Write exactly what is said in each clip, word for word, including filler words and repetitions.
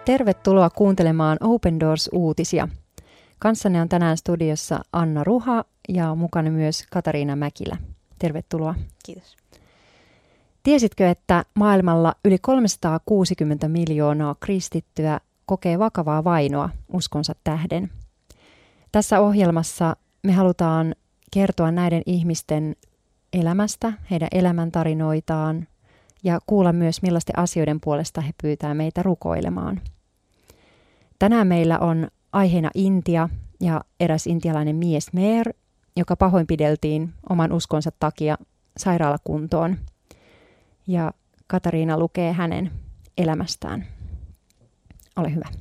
Tervetuloa kuuntelemaan Open Doors-uutisia. Kanssanne on tänään studiossa Anna Ruha ja mukana myös Katariina Mäkilä. Tervetuloa. Kiitos. Tiesitkö, että maailmalla yli kolmesataakuusikymmentä miljoonaa kristittyä kokee vakavaa vainoa uskonsa tähden? Tässä ohjelmassa me halutaan kertoa näiden ihmisten elämästä, heidän elämäntarinoitaan ja kuulla myös millaisten asioiden puolesta he pyytää meitä rukoilemaan. Tänään meillä on aiheena Intia ja eräs intialainen mies Meer, joka pahoinpideltiin oman uskonsa takia sairaalakuntoon. Ja Katariina lukee hänen elämästään. Ole hyvä.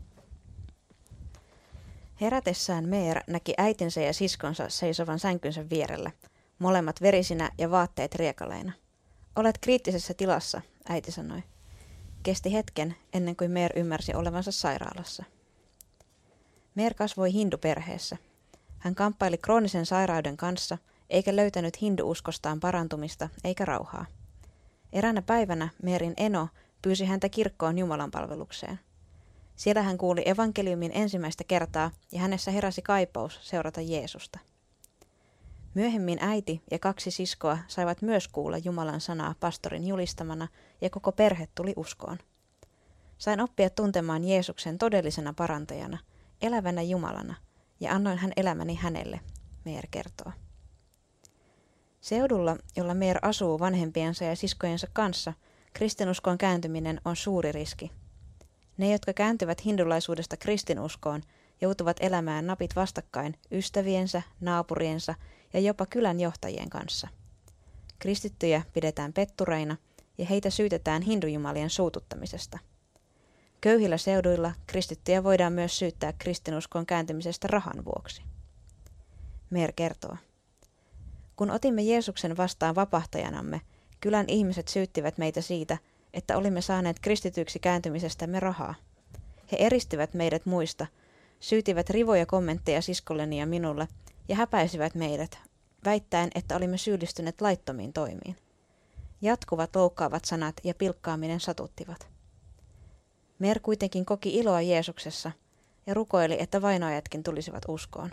Herätessään Meer näki äitinsä ja siskonsa seisovan sänkynsä vierellä, molemmat verisinä ja vaatteet riekaleina. Olet kriittisessä tilassa, äiti sanoi. Kesti hetken ennen kuin Meer ymmärsi olevansa sairaalassa. Meer kasvoi hinduperheessä. Hän kamppaili kroonisen sairauden kanssa, eikä löytänyt hinduuskostaan parantumista eikä rauhaa. Eräänä päivänä Meerin eno pyysi häntä kirkkoon Jumalan palvelukseen. Siellä hän kuuli evankeliumin ensimmäistä kertaa ja hänessä heräsi kaipaus seurata Jeesusta. Myöhemmin äiti ja kaksi siskoa saivat myös kuulla Jumalan sanaa pastorin julistamana ja koko perhe tuli uskoon. Sain oppia tuntemaan Jeesuksen todellisena parantajana, elävänä Jumalana, ja annoin hän elämäni hänelle, Meer kertoo. Seudulla, jolla Meer asuu vanhempiensa ja siskojensa kanssa, kristinuskoon kääntyminen on suuri riski. Ne, jotka kääntyvät hindulaisuudesta kristinuskoon, joutuvat elämään napit vastakkain ystäviensä, naapuriensa ja jopa kylän johtajien kanssa. Kristittyjä pidetään pettureina ja heitä syytetään hindujumalien suututtamisesta. Köyhillä seuduilla kristittyjä voidaan myös syyttää kristinuskoon kääntymisestä rahan vuoksi. Meer kertoo. Kun otimme Jeesuksen vastaan vapahtajanamme, kylän ihmiset syyttivät meitä siitä, että olimme saaneet kristityksi kääntymisestämme rahaa. He eristivät meidät muista, syytivät rivoja kommentteja siskolleni ja minulle ja häpäisivät meidät, väittäen, että olimme syyllistyneet laittomiin toimiin. Jatkuvat loukkaavat sanat ja pilkkaaminen satuttivat. Meer kuitenkin koki iloa Jeesuksessa ja rukoili, että vainoajatkin tulisivat uskoon.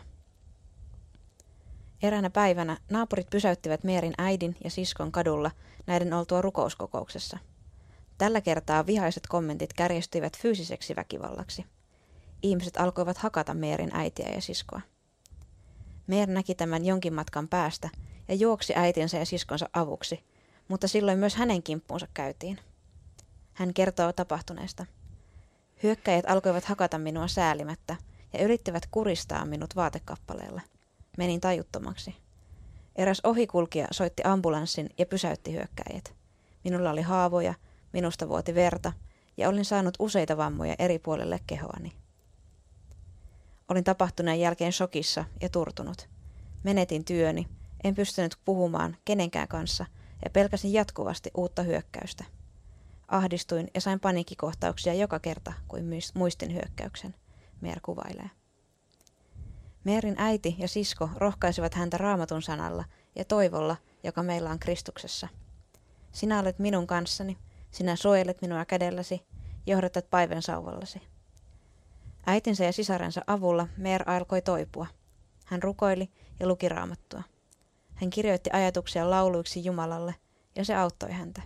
Eräänä päivänä naapurit pysäyttivät Meerin äidin ja siskon kadulla näiden oltua rukouskokouksessa. Tällä kertaa vihaiset kommentit kärjistyivät fyysiseksi väkivallaksi. Ihmiset alkoivat hakata Meerin äitiä ja siskoa. Meer näki tämän jonkin matkan päästä ja juoksi äitinsä ja siskonsa avuksi, mutta silloin myös hänen kimppuunsa käytiin. Hän kertoo tapahtuneesta. Hyökkäjät alkoivat hakata minua säälimättä ja yrittivät kuristaa minut vaatekappaleella. Menin tajuttomaksi. Eräs ohikulkija soitti ambulanssin ja pysäytti hyökkäjät. Minulla oli haavoja, minusta vuoti verta ja olin saanut useita vammoja eri puolelle kehoani. Olin tapahtuneen jälkeen shokissa ja turtunut. Menetin työni, en pystynyt puhumaan kenenkään kanssa ja pelkäsin jatkuvasti uutta hyökkäystä. Ahdistuin ja sain paniikkikohtauksia joka kerta, kuin muistin hyökkäyksen, Meer kuvailee. Meerin äiti ja sisko rohkaisivat häntä Raamatun sanalla ja toivolla, joka meillä on Kristuksessa. Sinä olet minun kanssani, sinä suojelet minua kädelläsi, johdatat päivän sauvallasi. Äitinsä ja sisarensa avulla Meer alkoi toipua. Hän rukoili ja luki Raamattua. Hän kirjoitti ajatuksia lauluiksi Jumalalle ja se auttoi häntä.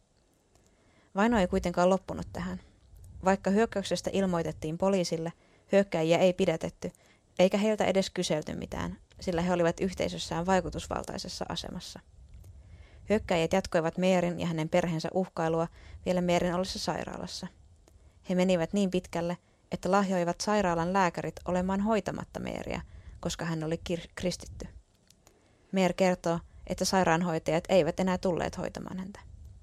Vaino ei kuitenkaan loppunut tähän. Vaikka hyökkäyksestä ilmoitettiin poliisille, hyökkäjiä ei pidätetty, eikä heiltä edes kyselty mitään, sillä he olivat yhteisössään vaikutusvaltaisessa asemassa. Hyökkäjät jatkoivat Meerin ja hänen perheensä uhkailua vielä Meerin ollessa sairaalassa. He menivät niin pitkälle, että lahjoivat sairaalan lääkärit olemaan hoitamatta Meeriä, koska hän oli kir- kristitty. Meer kertoo, että sairaanhoitajat eivät enää tulleet hoitamaan häntä.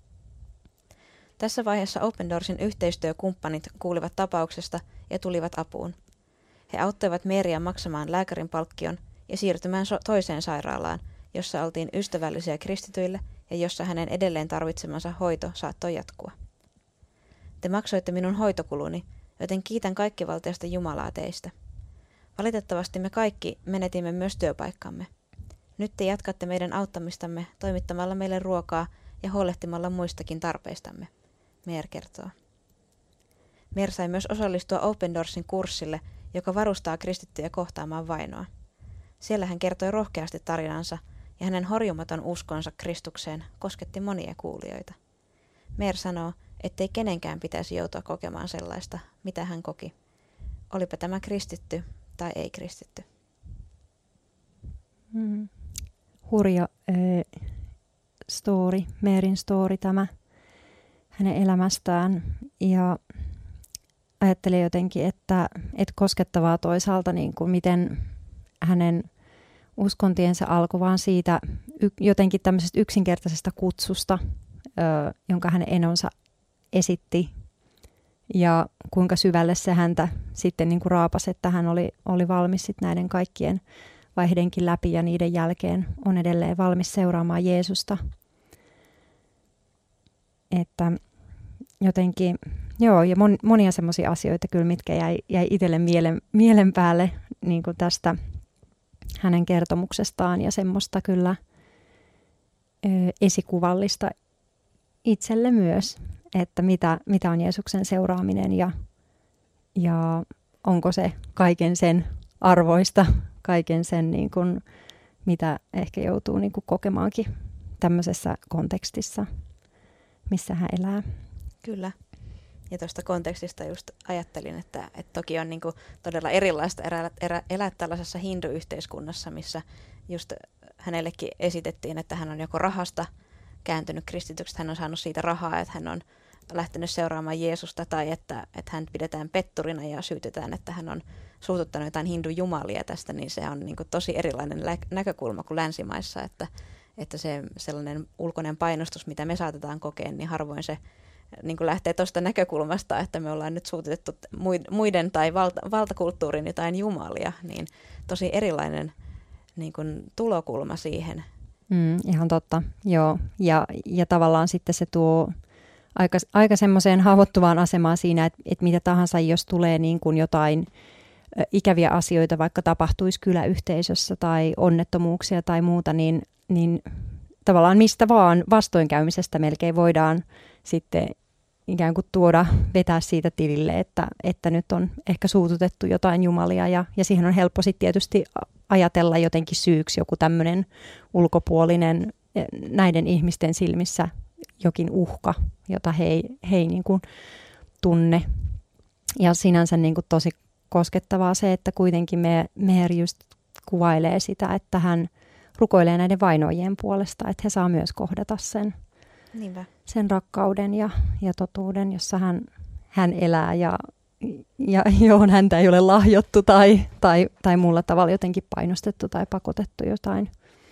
Tässä vaiheessa Open Doorsin yhteistyökumppanit kuulivat tapauksesta ja tulivat apuun. He auttoivat Meeriä maksamaan lääkärin palkkion ja siirtymään so- toiseen sairaalaan, jossa oltiin ystävällisiä kristityille ja jossa hänen edelleen tarvitsemansa hoito saattoi jatkua. Te maksoitte minun hoitokuluni, joten kiitän kaikkivaltiasta Jumalaa teistä. Valitettavasti me kaikki menetimme myös työpaikkamme. Nyt te jatkatte meidän auttamistamme toimittamalla meille ruokaa ja huolehtimalla muistakin tarpeistamme, Meer kertoo. Meer sai myös osallistua Open Doorsin kurssille, joka varustaa kristittyjä kohtaamaan vainoa. Siellä hän kertoi rohkeasti tarinansa ja hänen horjumaton uskonsa Kristukseen kosketti monia kuulijoita. Meer sanoo, ettei kenenkään pitäisi joutua kokemaan sellaista, mitä hän koki. Olipa tämä kristitty tai ei kristitty. Mm. Hurja äh, story, Meerin story tämä hänen elämästään. Ja ajattelin jotenkin, että, että koskettavaa toisaalta, niin kuin miten hänen uskontiensa alkoi vaan siitä y- jotenkin tämmöisestä yksinkertaisesta kutsusta, ö, jonka hänen enonsa esitti. Ja kuinka syvälle se häntä sitten niin kuin raapasi, että hän oli, oli valmis sit näiden kaikkien vaihdenkin läpi ja niiden jälkeen on edelleen valmis seuraamaan Jeesusta. Että jotenkin, joo, ja mon, monia semmoisia asioita kyllä, mitkä jäi, jäi itselle mielen, mielen päälle niin kuin tästä hänen kertomuksestaan ja semmoista kyllä ö, esikuvallista itselle myös, että mitä, mitä on Jeesuksen seuraaminen ja, ja onko se kaiken sen arvoista, kaiken sen, niin kuin, mitä ehkä joutuu niin kuin kokemaankin tämmöisessä kontekstissa, missä hän elää. Kyllä. Ja tuosta kontekstista just ajattelin, että, että toki on niin kuin todella erilaista elää, elää, elää tällaisessa hinduyhteiskunnassa, missä just hänellekin esitettiin, että hän on joko rahasta kääntynyt kristityksi, hän on saanut siitä rahaa, että hän on lähtenyt seuraamaan Jeesusta, tai että, että hän pidetään petturina ja syytetään, että hän on suututtanut jotain hindujumalia tästä, niin se on niin kuin tosi erilainen lä- näkökulma kuin länsimaissa, että, että se sellainen ulkoinen painostus, mitä me saatetaan kokea, niin harvoin se niin kuin lähtee tuosta näkökulmasta, että me ollaan nyt suututettu muiden tai valta, valtakulttuurin jotain jumalia, niin tosi erilainen niin kuin tulokulma siihen. Mm, ihan totta, joo. Ja, ja tavallaan sitten se tuo aika, aika semmoiseen haavoittuvaan asemaan siinä, että, että mitä tahansa, jos tulee niin kuin jotain ä, ikäviä asioita, vaikka tapahtuisi kyläyhteisössä tai onnettomuuksia tai muuta, niin, niin tavallaan mistä vaan vastoinkäymisestä melkein voidaan sitten ikään kuin tuoda, vetää siitä tilille, että, että nyt on ehkä suututettu jotain jumalia ja, ja siihen on helppo sitten tietysti ajatella jotenkin syyksi joku tämmöinen ulkopuolinen näiden ihmisten silmissä jokin uhka, jota he ei, he ei niin kuin tunne. Ja sinänsä niin kuin tosi koskettavaa se, että kuitenkin me, Meer just kuvailee sitä, että hän rukoilee näiden vainoajien puolesta, että he saa myös kohdata sen. Niinpä. Sen rakkauden ja, ja totuuden, jossa hän, hän elää ja, ja johon häntä ei ole lahjottu tai, tai, tai muulla tavalla jotenkin painostettu tai pakotettu jotain,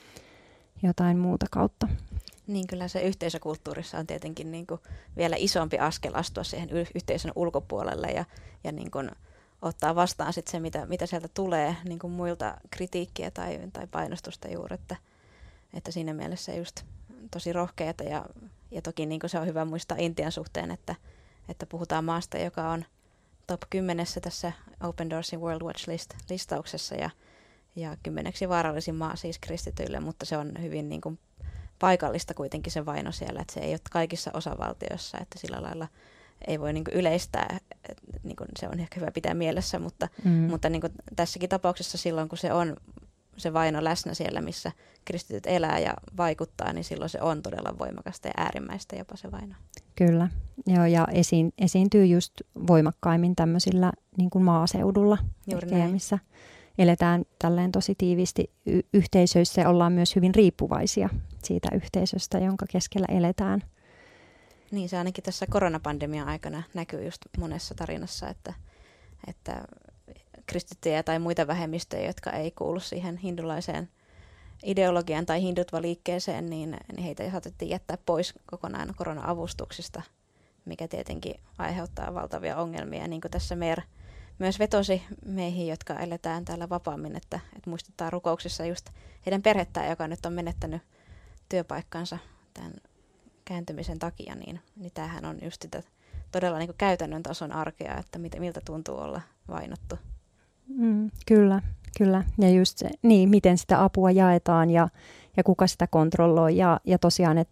jotain muuta kautta. Niin kyllä se yhteisökulttuurissa on tietenkin niin kuin vielä isompi askel astua siihen y- yhteisön ulkopuolelle ja, ja niin kuin ottaa vastaan sit se, mitä, mitä sieltä tulee niin kuin muilta kritiikkiä tai, tai painostusta juuri, että, että siinä mielessä just tosi rohkeata ja, ja toki niin kuin se on hyvä muistaa Intian suhteen, että, että puhutaan maasta, joka on top kymmenessä tässä Open Doorsin World Watch List-listauksessa ja, ja kymmeneksi vaarallisin maa siis kristityille, mutta se on hyvin niin kuin paikallista kuitenkin se vaino siellä, että se ei ole kaikissa osavaltioissa, että sillä lailla ei voi niin kuin yleistää, niin kuin se on ehkä hyvä pitää mielessä, mutta, mm. mutta niin kuin tässäkin tapauksessa silloin, kun se on se vaino läsnä siellä, missä kristityt elää ja vaikuttaa, niin silloin se on todella voimakasta ja äärimmäistä jopa se vaino. Kyllä, joo, ja esiin, esiintyy just voimakkaimmin tämmöisillä niin kuin maaseudulla, ehkä, missä eletään tälleen tosi tiiviisti y- yhteisöissä ja ollaan myös hyvin riippuvaisia siitä yhteisöstä, jonka keskellä eletään. Niin, se ainakin tässä koronapandemian aikana näkyy just monessa tarinassa, että, että kristittyjä tai muita vähemmistöjä, jotka ei kuulu siihen hindulaiseen ideologiaan tai hindutva-liikkeeseen, niin, niin heitä saatettiin jättää pois kokonaan korona-avustuksista, mikä tietenkin aiheuttaa valtavia ongelmia. Niin kuin tässä Meer myös vetosi meihin, jotka eletään täällä vapaammin, että, että muistetaan rukouksissa just heidän perhettään, joka nyt on menettänyt työpaikkansa tämän kääntymisen takia, niin, niin tämähän on just sitä todella niin kuin käytännön tason arkea, että mit, miltä tuntuu olla vainottu. Mm, kyllä, kyllä. Ja just se, niin, miten sitä apua jaetaan ja, ja kuka sitä kontrolloi. Ja, ja tosiaan, että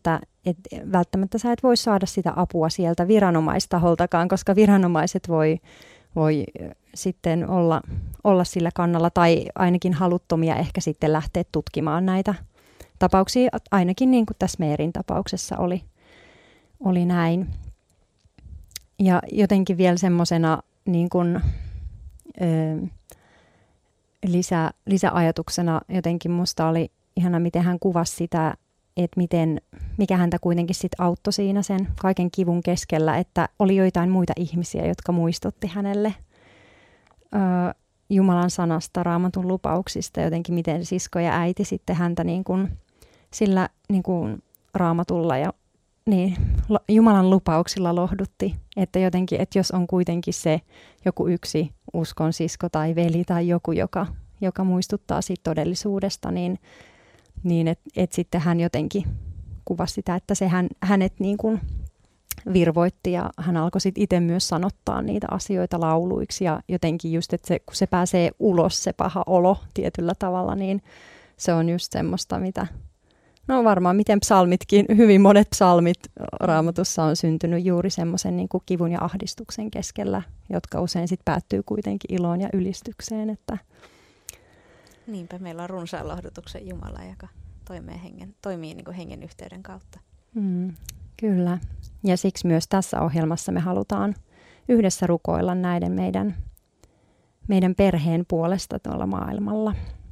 et välttämättä sä et voi saada sitä apua sieltä viranomaistaholtakaan, koska viranomaiset voi, voi sitten olla, olla sillä kannalla tai ainakin haluttomia ehkä sitten lähteä tutkimaan näitä tapauksia. Ainakin niin kuin tässä Meerin tapauksessa oli, oli näin. Ja jotenkin vielä semmoisena niin kuin, ö, lisä, lisäajatuksena jotenkin musta oli ihana, miten hän kuvasi sitä, että miten, mikä häntä kuitenkin sit auttoi siinä sen kaiken kivun keskellä, että oli joitain muita ihmisiä, jotka muistutti hänelle ö, Jumalan sanasta, Raamatun lupauksista, jotenkin miten sisko ja äiti sitten häntä niin kuin, sillä niin kuin Raamatulla ja niin, Jumalan lupauksilla lohdutti, että jotenkin, että jos on kuitenkin se joku yksi uskon sisko tai veli tai joku, joka, joka muistuttaa siitä todellisuudesta, niin, niin että et sitten hän jotenkin kuvasi sitä, että se hän, hänet niin kuin virvoitti ja hän alkoi sitten itse myös sanottaa niitä asioita lauluiksi ja jotenkin just, että se, kun se pääsee ulos se paha olo tietyllä tavalla, niin se on just semmoista, mitä no varmaan miten psalmitkin, hyvin monet psalmit Raamatussa on syntynyt juuri semmoisen niin kuin kivun ja ahdistuksen keskellä, jotka usein sitten päättyy kuitenkin iloon ja ylistykseen. Että niinpä meillä on runsaan lohdutuksen Jumala, joka toimii hengen, toimii niin kuin hengen yhteyden kautta. Mm, kyllä. Ja siksi myös tässä ohjelmassa me halutaan yhdessä rukoilla näiden meidän, meidän perheen puolesta tuolla maailmalla.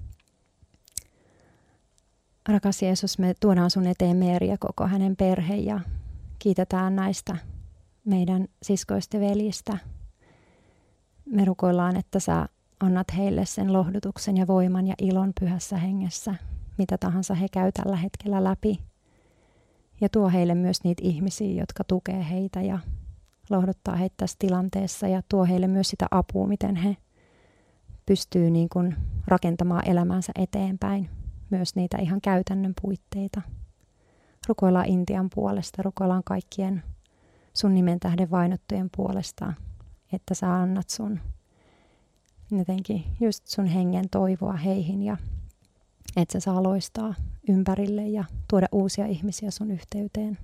Rakas Jeesus, me tuodaan sun eteen Meeri ja koko hänen perhe ja kiitetään näistä meidän siskoista ja veljistä. Me rukoillaan, että sä annat heille sen lohdutuksen ja voiman ja ilon pyhässä hengessä, mitä tahansa he käy tällä hetkellä läpi. Ja tuo heille myös niitä ihmisiä, jotka tukee heitä ja lohduttaa heitä tässä tilanteessa ja tuo heille myös sitä apua, miten he pystyy niin kuin rakentamaan elämänsä eteenpäin. Myös niitä ihan käytännön puitteita. Rukoillaan Intian puolesta, rukoillaan kaikkien sun nimen tähden vainottujen puolesta, että sä annat sun jotenkin just sun hengen toivoa heihin ja että se saa loistaa ympärille ja tuoda uusia ihmisiä sun yhteyteen.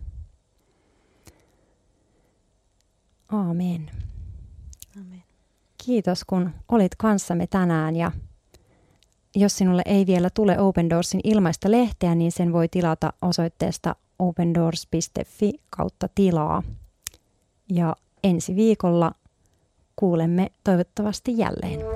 Aamen. Amen. Kiitos kun olit kanssamme tänään ja jos sinulle ei vielä tule Open Doorsin ilmaista lehteä, niin sen voi tilata osoitteesta opendoors piste fi kautta tilaa. Ja ensi viikolla kuulemme toivottavasti jälleen.